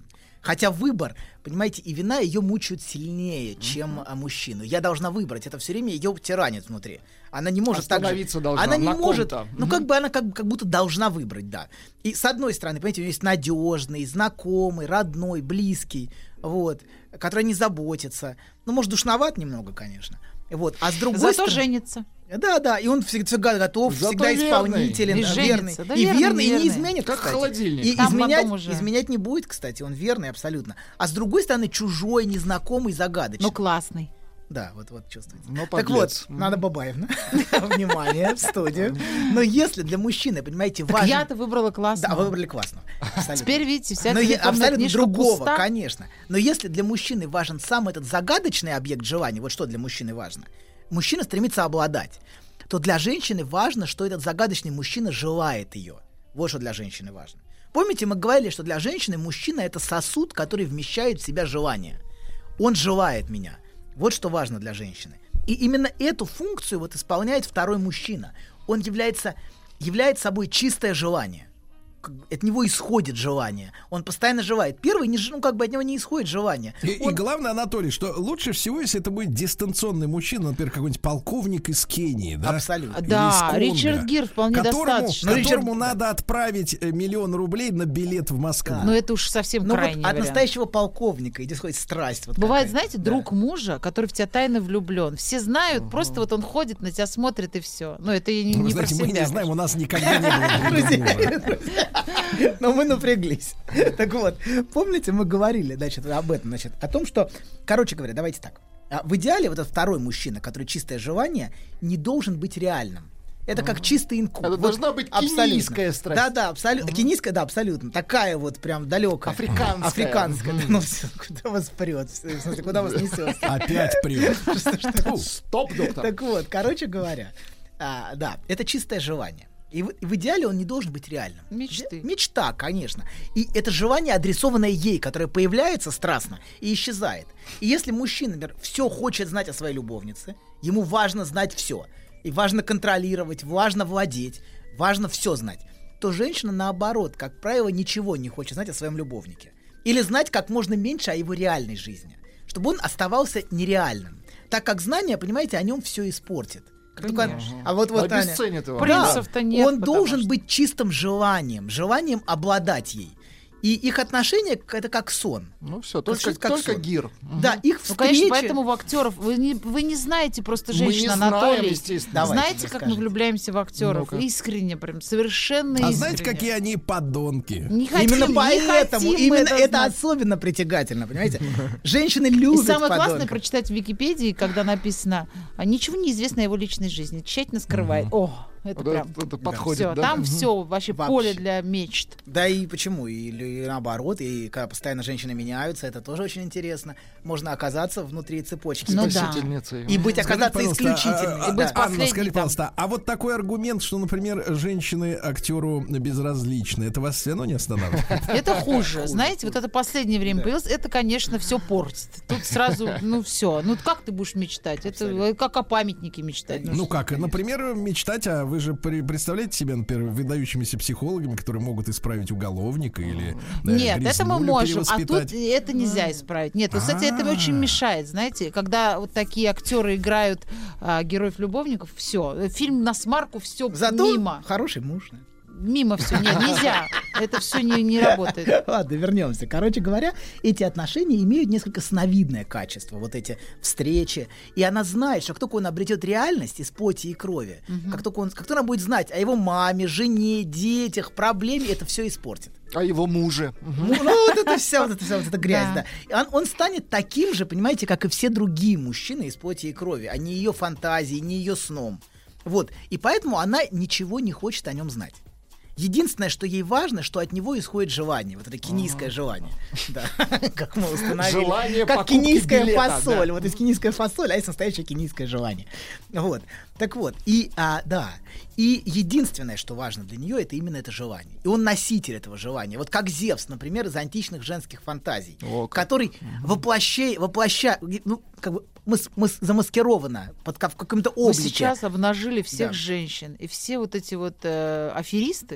Хотя выбор, понимаете, и вина ее мучают сильнее, чем а, мужчину. Я должна выбрать. Это все время ее тиранит внутри. Она не может так же...
Остановиться должна
Она не
на
может...
ком-то.
Ну, как бы она как, как будто должна выбрать, да. И с одной стороны, понимаете, у нее есть надежный, знакомый, родной, близкий, вот, который не заботится. Ну, может, душноват немного, конечно. Вот. А с другой
Зато
стороны...
женится.
Да, да, и он всегда готов,
Зато
всегда
верный.
исполнителен,
И
да,
женится.
верный.
Да
и
верный,
верный, и не
верный.
изменит,
Как
кстати.
холодильник.
И
Там
изменять,
потом уже.
изменять не будет, кстати, он верный абсолютно. А с другой стороны, чужой, незнакомый, загадочный.
Ну, классный.
Да, вот, вот чувствуете.
Ну,
Так
подлец.
вот, надо Бабаевна. Внимание, в студию. Но если для мужчины, понимаете,
Так
важно...
я-то выбрала классного.
Да, вы выбрали классного. Абсолютно.
Теперь, видите, вся
Но е-
телефонная
абсолютно
книжка
другого,
пуста.
конечно. Но если для мужчины важен сам этот загадочный объект желания, вот что для мужчины важно, мужчина стремится обладать, то для женщины важно, что этот загадочный мужчина желает ее. Вот что для женщины важно. Помните, мы говорили, что для женщины мужчина — это сосуд, который вмещает в себя желание. Он желает меня. Вот что важно для женщины. И именно эту функцию вот исполняет второй мужчина. Он является, является собой чистое желание. Как бы от него исходит желание. Он постоянно желает. Первый, не, ж- ну, как бы от него не исходит желание.
И,
Он-
и главное, Анатолий, что лучше всего, если это будет дистанционный мужчина, например, какой-нибудь полковник из Кении, да?
Абсолютно.
Или
Да,
из Конго,
Ричард Гир вполне
которому,
достаточно.
Ну, Ричард-
которому надо отправить э, миллион рублей на билет в Москву.
Но это уж совсем
Ну, вот
крайний
от
вариант.
настоящего полковника идет исходит страсть. Вот
Бывает,
какая-то.
знаете,
Да.
друг мужа, который в тебя тайно влюблен. Все знают, просто вот он ходит, на тебя смотрит и все. Ну, это я не,
Ну,
не
знаете,
про
мы
себя.
не знаем, у нас никогда не было друга друга.
Но мы напряглись. Так вот, помните, мы говорили, значит, об этом, значит, о том, что, короче говоря, давайте так. А В идеале вот этот второй мужчина, который чистое желание, не должен быть реальным. Это как чистый инкуб.
Это должна быть кенийская страсть.
Да, да, абсолютно. Кенийская, да, абсолютно. Такая вот прям далекая.
Африканская.
Африканская. Да, ну, всё, куда вас прет? В смысле, куда вас несет?
Опять прет. Фу.
Стоп, доктор.
Так вот, короче говоря, а, да, это чистое желание. И в, и в идеале он не должен быть реальным.
Мечты.
Д- Мечта, конечно. И это желание, адресованное ей, которое появляется страстно и исчезает. И если мужчина, например, все хочет знать о своей любовнице, ему важно знать все, и важно контролировать, важно владеть, важно все знать, то женщина, наоборот, как правило, ничего не хочет знать о своем любовнике. Или знать как можно меньше о его реальной жизни, чтобы он оставался нереальным. Так как знание, понимаете, о нем все испортит. Как только он- а вот вот Аня-
Обесценит его.
Принцев-то нет,
он
потому
должен
что-
быть чистым желанием, желанием обладать ей. И их отношения к- это как сон.
Ну все,
Так
только,
сказать, как
только
сон.
гир.
Да, их
Ну, конечно,
встречи-
поэтому в актеров вы не, вы не знаете просто
Мы
женщин,
не знаем,
Анатолий.
естественно.
Давайте,
знаете, как мы
расскажите.
влюбляемся в актеров?
Ну-ка.
Искренне, прям совершенно
А
искренне.
знаете, какие они подонки?
Не хотим,
Именно
не
поэтому,
хотим
именно
это
это,
знать.
особенно притягательно, понимаете? Женщины
И
любят
самое классное
подонков.
прочитать в Википедии, когда написано «А ничего не известно о его личной жизни, тщательно скрывает. О, это
Вот
прям
это- это подходит,
всё,
да?
там
Мгм.
все вообще,
Вообще.
поле для мечт.
Да и почему? Или наоборот, и когда постоянно женщины меняются, это тоже очень интересно. Можно оказаться внутри цепочки.
Ну да.
Спасительницей.
И быть,
Скажите,
оказаться
пожалуйста,
исключительной.
а, а,
быть
Анна,
последней
скажите,
там.
пожалуйста, а вот такой аргумент, что, например, женщины актеру безразличны, это вас все равно не останавливает?
Это хуже. Знаете, вот это последнее время появилось, это, конечно, все портит. Тут сразу, ну все. Ну как ты будешь мечтать? Это как о памятнике мечтать.
Ну как, например, мечтать, а вы же при- представляете себя, например, выдающимися психологами, которые могут исправить уголовника или э,
Нет, это мы
грязнулю
можем, а
перевоспитать?
тут это нельзя исправить. Нет, вот, кстати, это очень мешает, знаете, когда вот такие актеры играют а, героев-любовников, все, фильм на смарку, все
Зато
мимо,
хороший муж.
мимо все, нет, нельзя, это все не, не работает.
Ладно, вернемся. Короче говоря, эти отношения имеют несколько сновидное качество, вот эти встречи. И она знает, что как только он обретет реальность из плоти и крови, как только он, как только она будет знать о его маме, жене, детях, проблеме, это все испортит.
А его муже. Мгм.
Ну, ну, вот это вся, вот это вся вот эта грязь,
Да.
да. И Он, он станет таким же, понимаете, как и все другие мужчины из плоти и крови, а не ее фантазией, не ее сном. Вот. И поэтому она ничего не хочет о нем знать. Единственное, что ей важно, что от него исходит желание. Вот это кенийское желание. Да, как мы установили.
Желание
Как
покупки
кенийская
билета,
фасоль.
да.
Вот из кенийская фасоль, а есть настоящее кенийское желание. Вот. Так вот. И, а, да. И единственное, что важно для нее, это именно это желание. И он носитель этого желания. Вот как Зевс, например, из античных женских фантазий.
О, как.
Который воплощает, воплоща, ну, как бы мас- мас- замаскировано под ка- в каком-то
Мы
облике.
сейчас обнажили всех
Да.
женщин, и все вот эти вот э, аферисты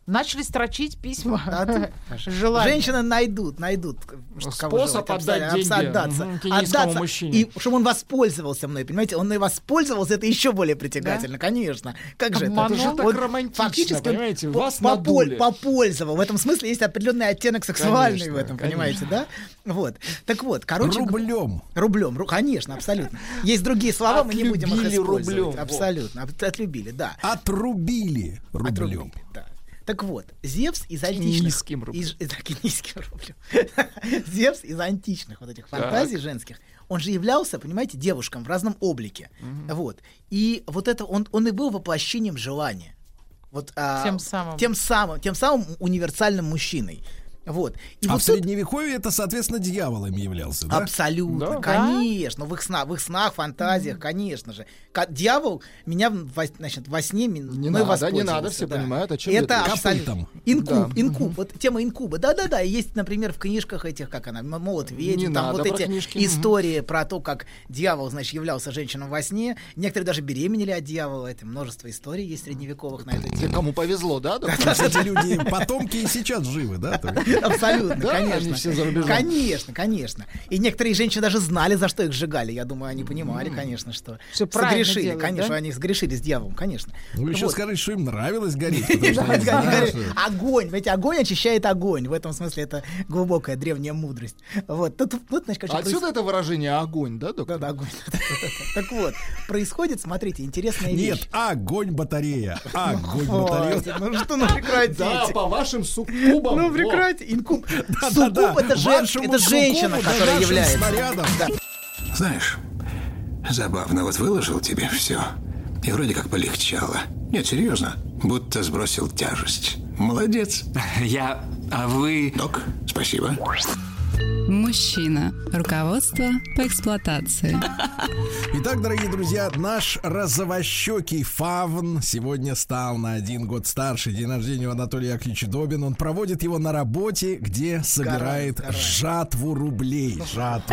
Начали строчить письма.
А тут
Желания.
женщины найдут, найдут что- кого
Способ
желать,
отдать
абсолютно,
деньги,
отдаться,
мгм, кенийскому
отдаться.
мужчине.
И чтобы он воспользовался мной, понимаете, он и воспользовался, это еще более притягательно, конечно. Как же это?
Обманул.
Это же так
Вот
романтично,
фактически он
понимаете,
по-
вас
попол-
надули.
попользовал. В этом смысле есть определенный оттенок сексуальный
Конечно,
в этом,
конечно.
понимаете, да? Вот. Так вот, короче...
Рублем.
Рублем, ру- конечно, абсолютно. Есть другие слова, мы не будем их
Отлюбили
использовать.
рублем, во.
Абсолютно, от- отлюбили, да.
Отрубили рублем.
Отрубили, да. Так вот, Зевс из античных...
Кенийским рублем.
Из, да, кенийским рублем. Зевс из античных вот этих фантазий женских, он же являлся, понимаете, девушкам в разном облике. Вот. И вот это, он, он и был воплощением желания. Вот, а,
Тем самым.
Тем самым, тем самым универсальным мужчиной. Вот. И
А
вот
в
тут-
Средневековье это, соответственно, дьяволом являлся, да?
Абсолютно,
Да.
конечно. В их снах, в их снах, фантазиях, конечно же. Ка- Дьявол меня во, значит, во сне ми-
Не
мной
надо, не надо,
воспользовался,
все
да.
понимают, о чем
Это
идет речь.
абсолютно.
Копытом.
Инкуб,
Да.
инкуб. Вот тема инкуба. Да-да-да. и Есть, например, в книжках этих, как она, «М- «Молот ведьм»,
Не
там
надо
вот
про
эти
книжки.
истории про то, как дьявол, значит, являлся женщинам во сне. Некоторые даже беременели от дьявола. Это множество историй есть средневековых на эту
Те,
тему.
кому повезло, да? доктор?
Эти люди, потомки и сейчас живы, да? то есть?
Абсолютно,
Да,
конечно.
они все за рубежом.
Конечно, конечно. И некоторые женщины даже знали, за что их сжигали. Я думаю, они понимали, конечно, что
Всё правильно
согрешили.
делают,
Конечно,
да?
они сгрешили с дьяволом, конечно.
Вы еще
Вот.
скажите, что им нравилось гореть. потому что
Да,
я
да,
знаю,
говорю,
что-
огонь, ведь огонь очищает огонь. В этом смысле это глубокая древняя мудрость. Вот. Тут, тут, значит, короче,
Отсюда это выражение огонь, да,
проис-
доктор?
Да, да, огонь. Так вот, происходит, смотрите, интересная вещь.
Нет, огонь батарея. Огонь батарея.
Хватит, ну что, ну прекратите.
Да, по вашим суккубам.
Ну
во.
прекратите. Инкуб.
Да-да-да.
Суккуб это, жен-
Вашему
это женщина,
суккубу, да,
которая
нашим
является.
снарядом.
Да.
Знаешь, забавно, вот выложил тебе все, и вроде как полегчало. Нет, серьезно, будто сбросил тяжесть. Молодец.
Я... А вы...
Док, спасибо.
Мужчина. Руководство по эксплуатации.
Итак, дорогие друзья, наш розовощекий фавн сегодня стал на один год старше. День рождения у Анатолия Яковлевича Добина. Он проводит его на работе, где собирает
сгорает.
жатву рублей. Жатву.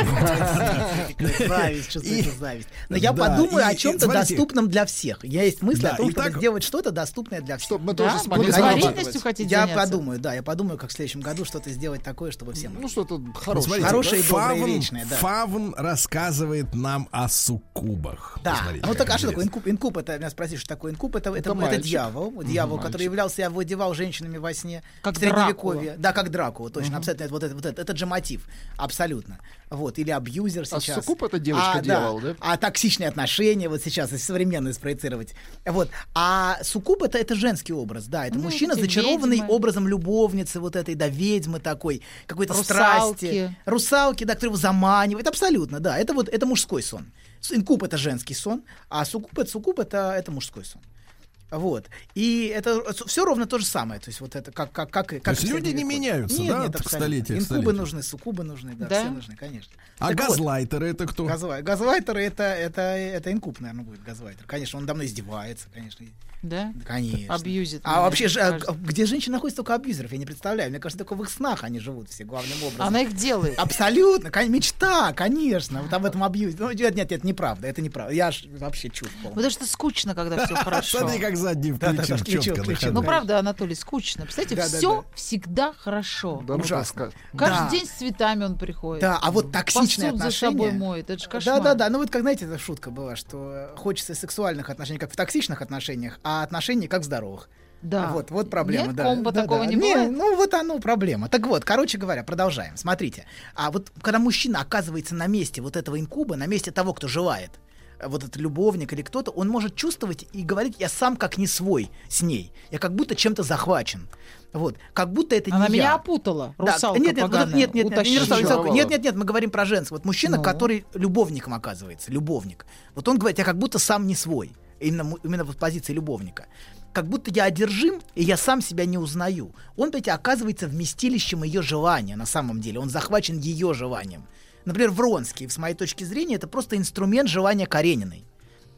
Зависть, чувствуется
И-
зависть. Но я
да,
подумаю
и-
о
и
чем-то
смотрите.
доступном для всех. Я есть мысль
Да,
о том,
и
чтобы
так-
сделать что-то доступное для всех.
Чтобы мы
Да?
тоже смогли
Благотворительностью
зарабатывать.
хотите
Я
заняться?
подумаю, да, я подумаю, как в следующем году что-то сделать такое, чтобы всем.
Ну, что-то
Ну,
хорошее.
смотрите,
Хорошее и доброе, и
фавн,
вечное, да.
фавн рассказывает нам о суккубах.
Да.
Посмотрите,
Ну так,
как
а что такое
интересно.
инкуб? Инкуб это, меня спросишь, что такое инкуб? Это, это, это,
мальчик.
дьявол. Дьявол,
мальчик.
который являлся, я выдевал женщинами во сне.
Как
в Средневековье. Да, как Дракула, точно, абсолютно. Это, вот это, вот это, этот же мотив. Абсолютно. Вот. Или абьюзер
А
сейчас.
суккуб это девочка-дьявол, да?
А токсичные отношения, вот сейчас, если современные спроецировать. Вот. А суккуб это, это женский образ, да. Это
Ну,
мужчина,
эти
зачарованный
ведьмы.
образом любовницы, вот этой, да, ведьмы такой, какой-то
Русалки.
страсти. Русалки, да, который его заманивает. Абсолютно, да. Это вот это мужской сон. С- Инкуб это женский сон, а суккуб это, суккуб это, это мужской сон. Вот. И это все ровно то же самое. То есть вот это как как как как
есть
и в
люди не
Средневековье.
меняются,
Нет,
да,
нет,
от
абсолютно.
столетия к
Инкубы
столетию?
нужны, суккубы нужны, да,
Да?
все нужны, конечно.
А
Так вот,
газлайтеры это кто?
газлай- газлайтеры это это это инкуб, наверное, будет газлайтер. Конечно, он давно издевается, конечно.
Да?
Да, конечно.
Абьюзит
А
меня,
вообще, же, а,
кажется.
где женщины находятся только абьюзеров, я не представляю. Мне кажется, только в их снах они живут все главным образом.
Она их делает.
Абсолютно, кон- мечта, конечно. Вот об этом абьюзе. Ну, нет, нет, это неправда, это неправда. Я ж вообще чушь полная.
Потому что скучно, когда все хорошо.
Смотри, как задний
Да-да-да,
включил
включил,
четко.
включил.
Ну,
Да.
правда, Анатолий, скучно. Представляете,
Да-да-да.
все всегда хорошо.
Да, ну,
Ужасно.
так сказать.
Каждый
Да.
день с цветами он приходит.
Да, а вот токсичные
Посуду за
отношения.
собой моет. Это же кошмар.
Да, да, да. Ну вот как знаете, эта шутка была, что хочется сексуальных отношений, как в токсичных отношениях, а отношений как в здоровых.
Да.
Вот, вот проблема.
Нет,
да.
комбо
Да,
такого
да.
не
Не,
бывает?
Ну вот оно проблема. Так вот, короче говоря, продолжаем. Смотрите, а вот когда мужчина оказывается на месте вот этого инкуба, на месте того, кто желает, вот этот любовник или кто-то, он может чувствовать и говорить: я сам как не свой с ней, я как будто чем-то захвачен. Вот, как будто это
Она
не
меня
я.
опутала.
Да,
Русалка
нет, нет, вот это-
поганая.
нет, нет, нет, не
Утащила.
русалка, не русалка.
Очаровала.
нет, нет, нет, мы говорим про женского. Вот мужчина,
Ну.
который любовником оказывается, любовник. Вот он говорит: я как будто сам не свой, именно, му- именно в позиции любовника. Как будто я одержим, и я сам себя не узнаю. Он, ведь, оказывается вместилищем ее желания на самом деле. Он захвачен ее желанием. Например, Вронский, с моей точки зрения, это просто инструмент желания Карениной.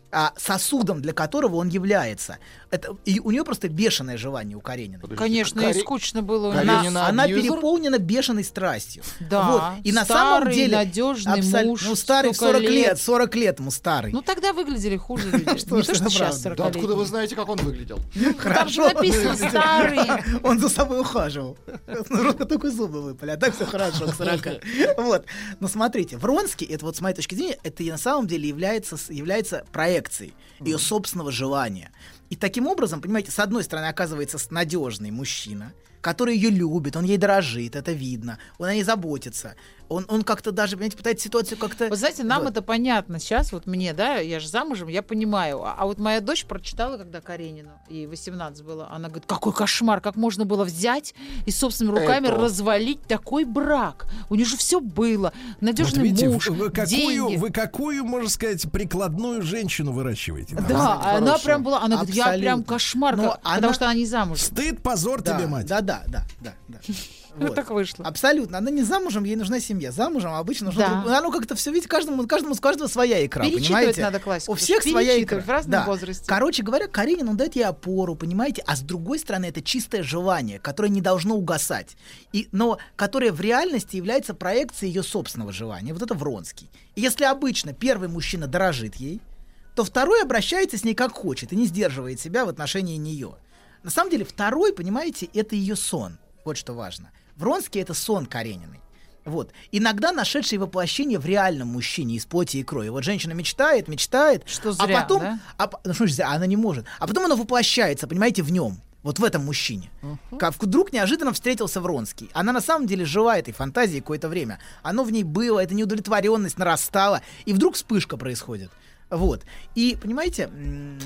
а сосудом для которого он является. Это, и у нее просто бешеное желание у Карениной.
Конечно,
Кари-
и скучно было. у
Она,
нас.
Каренина
она
абьюзер?
переполнена бешеной страстью.
Да,
Вот. И на
старый,
самом деле
надежный
абсол-
муж,
ну, старый
столько
сорок лет.
лет.
сорок лет ему старый.
Ну тогда выглядели хуже люди.
Что
Не
ж,
то, что
это
сейчас
правда.
Да
сорок
откуда вы знаете, как он выглядел?
Там же написано старый.
Он за собой ухаживал. Ну, ровно только зубы выпали, а так все хорошо к сорока. Вот. Но смотрите, Вронский, это вот с моей точки зрения, это и на самом деле является, является проекцией ее собственного желания. И таким образом, понимаете, с одной стороны оказывается надежный мужчина, который ее любит, он ей дорожит, это видно, он о ней заботится. Он, он как-то даже, понимаете, пытается ситуацию как-то...
Вы знаете, нам
вот.
это понятно сейчас, вот мне, да, я же замужем, я понимаю. А, а вот моя дочь прочитала, когда Каренину, ей восемнадцать было, она говорит, какой кошмар, как можно было взять и собственными руками
Это.
развалить такой брак. У нее же все было,
Вот
надежный
видите,
муж,
вы какую,
деньги.
вы какую, можно сказать, прикладную женщину выращиваете?
Да,
Абсолютно
она
хорошую.
прям была, она говорит, я
Абсолютно.
прям кошмар,
Но
как-
она-
потому что она не замужем.
Стыд, позор
Да,
тебе, мать.
Да, да, да, да, да.
Вот так вышло.
Абсолютно. Она не замужем, ей нужна семья. Замужем обычно нужно...
Да.
друг- Оно как-то все, видите, каждому, каждому с каждого своя икра,
Перечитывать
понимаете?
надо классику,
У всех
потому что
своя икра.
перечитывать в разном
Да.
возрасте.
Короче говоря, Каренин, он дает ей опору, понимаете? А с другой стороны, это чистое желание, которое не должно угасать. И, но которое в реальности является проекцией ее собственного желания. Вот это Вронский. И если обычно первый мужчина дорожит ей, то второй обращается с ней как хочет и не сдерживает себя в отношении нее. На самом деле, второй, понимаете, это ее сон. Вот что важно. Вронский — это сон Карениной. Вот. Иногда нашедший воплощение в реальном мужчине из плоти и крови. Вот женщина мечтает, мечтает,
Что
а
зря,
потом...
да?
А, по- ну что ж зря, она не может. А потом оно воплощается, понимаете, в нем. Вот в этом мужчине. Как вдруг неожиданно встретился Вронский. Она на самом деле жила этой фантазией какое-то время. Оно в ней было, эта неудовлетворенность нарастала. И вдруг вспышка происходит. Вот. И, понимаете, м,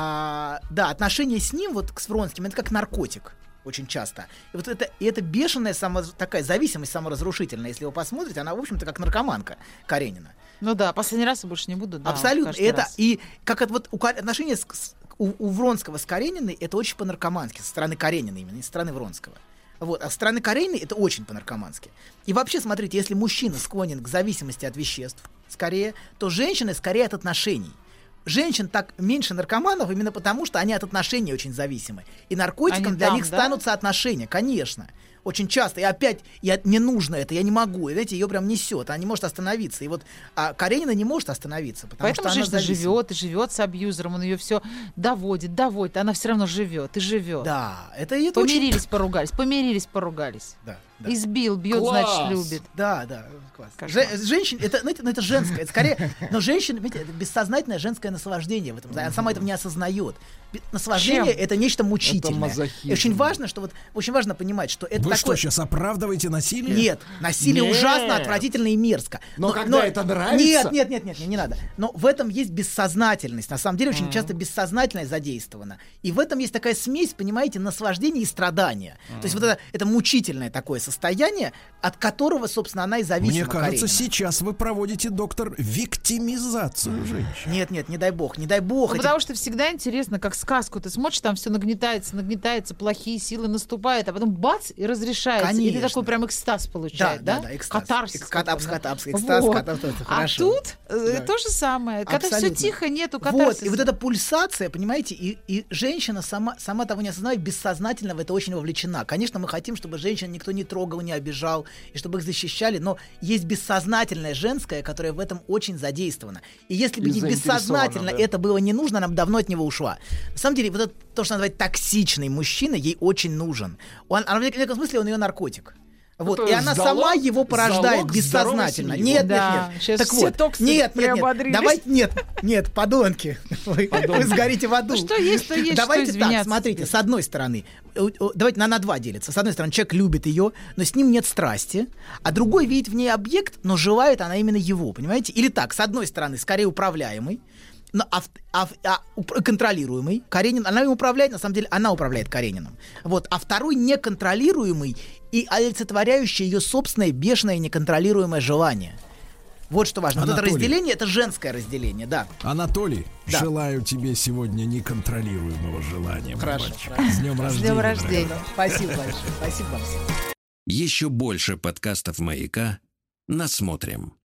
а, да, отношения с ним, вот с Вронским, это как наркотик. Очень часто. И вот это, и это бешеная само, такая зависимость саморазрушительная. Если вы посмотрите, она, в общем-то, как наркоманка Каренина.
Ну да, последний раз я больше не буду. Да,
Абсолютно.
каждый
Это,
раз.
и как это вот у, Ка- отношения с, с- у, у Вронского с Карениной, это очень по-наркомански. Со стороны Каренина именно, не со стороны Вронского. Вот. А со стороны Карениной это очень по-наркомански. И вообще, смотрите, если мужчина склонен к зависимости от веществ, скорее, то женщины скорее от отношений. Женщин так меньше наркоманов именно потому, что они от отношений очень зависимы. И наркотиком
Они
для
там,
них
да?
станутся отношения, конечно. Очень часто. И опять, я, мне нужно это, я не могу. И, знаете, ее прям несет, она не может остановиться. И вот а Каренина не может остановиться, потому
Поэтому
что она
женщина
зависима.
живет и живет с абьюзером, он ее все доводит, доводит, она все равно живет и живет.
Да, это, это очень...
Помирились, поругались, помирились, поругались.
Да, да.
Избил, бьет,
Класс!
значит, любит.
Да, да, класс.
Кошмар.
Же- женщин, это, знаете, ну, это женское, это скорее, но женщина, видите, это бессознательное женское наслаждение в этом, она сама этого не осознает. Бе- Наслаждение
Чем?
это нечто мучительное.
мазохизм.
И очень важно, что вот, очень важно понимать, что это
Вы
такое...
что, сейчас оправдываете насилие?
Нет, насилие
Нет.
ужасно, отвратительно и мерзко.
Но когда это нравится-
Нет, нет, нет, нет, не, не надо. Но в этом есть бессознательность. На самом деле очень часто бессознательность задействована. И в этом есть такая смесь, понимаете, наслаждения и страдания. То есть вот это, это мучительное такое состояние, от которого, собственно, она и зависима.
Мне кажется,
Каренина.
сейчас вы проводите, доктор, виктимизацию женщин.
Нет, нет, не дай бог, не дай бог.
Ну,
эти-
потому что всегда интересно, как сказку. Ты смотришь, там все нагнетается, нагнетается, плохие силы наступают, а потом бац, и разрешается. И ты
Конечно.
такой прям экстаз
Да,
получаешь, да?
да, да, экстаз.
Катарсис.
Эк- катапс,
такой, да.
катапс, экстаз,
Вот.
катапс, это
А
хорошо.
тут э,
Да.
то же самое. Когда все
Абсолютно.
тихо, нету
Вот,
катарсиса.
и вот эта пульсация, понимаете, и, и женщина сама, сама того не осознавая, бессознательно в это очень вовлечена. Конечно, мы хотим, чтобы женщин никто не трогал, не обижал, и чтобы их защищали, но есть бессознательное женское, которое в этом очень задействовано. И если бы
И
не
заинтересовано,
бессознательно
да.
это было не нужно, она бы давно от него ушла. На самом деле, вот это, то, что называют токсичный мужчина, ей очень нужен. Он, она, в некотором смысле он ее наркотик. Вот,
Это
и она
залог-
сама его порождает
залог здоровой
бессознательно.
семьи.
Нет,
Да,
нет, нет.
щас
Так
все
вот,
токсики
нет, нет, нет.
приободрились.
Давайте, нет, нет, подонки. Вы, вы сгорите в аду.
Ну, что есть, то есть, что
Давайте так,
извиняться
смотрите,
теперь.
с одной стороны, э, э, давайте на, на два делится. С одной стороны, человек любит ее, но с ним нет страсти, а другой видит в ней объект, но желает она именно его, понимаете? Или так, с одной стороны, скорее управляемый, но, а, в- а, в- а, уп- контролируемый. Каренин, она им управляет, на самом деле, она управляет Карениным. Вот. А второй неконтролируемый и олицетворяющий ее собственное бешеное неконтролируемое желание. Вот что важно. Вот это
Анатолий.
разделение, это женское разделение, да.
Анатолий,
Да.
желаю тебе сегодня неконтролируемого желания. мой
Хорошо,
мальчик.
хорошо.
С днем
С
рождения.
днем
дорогой.
рождения.
Спасибо большое. Спасибо вам всем.
Еще больше подкастов «Маяка» насмотрим.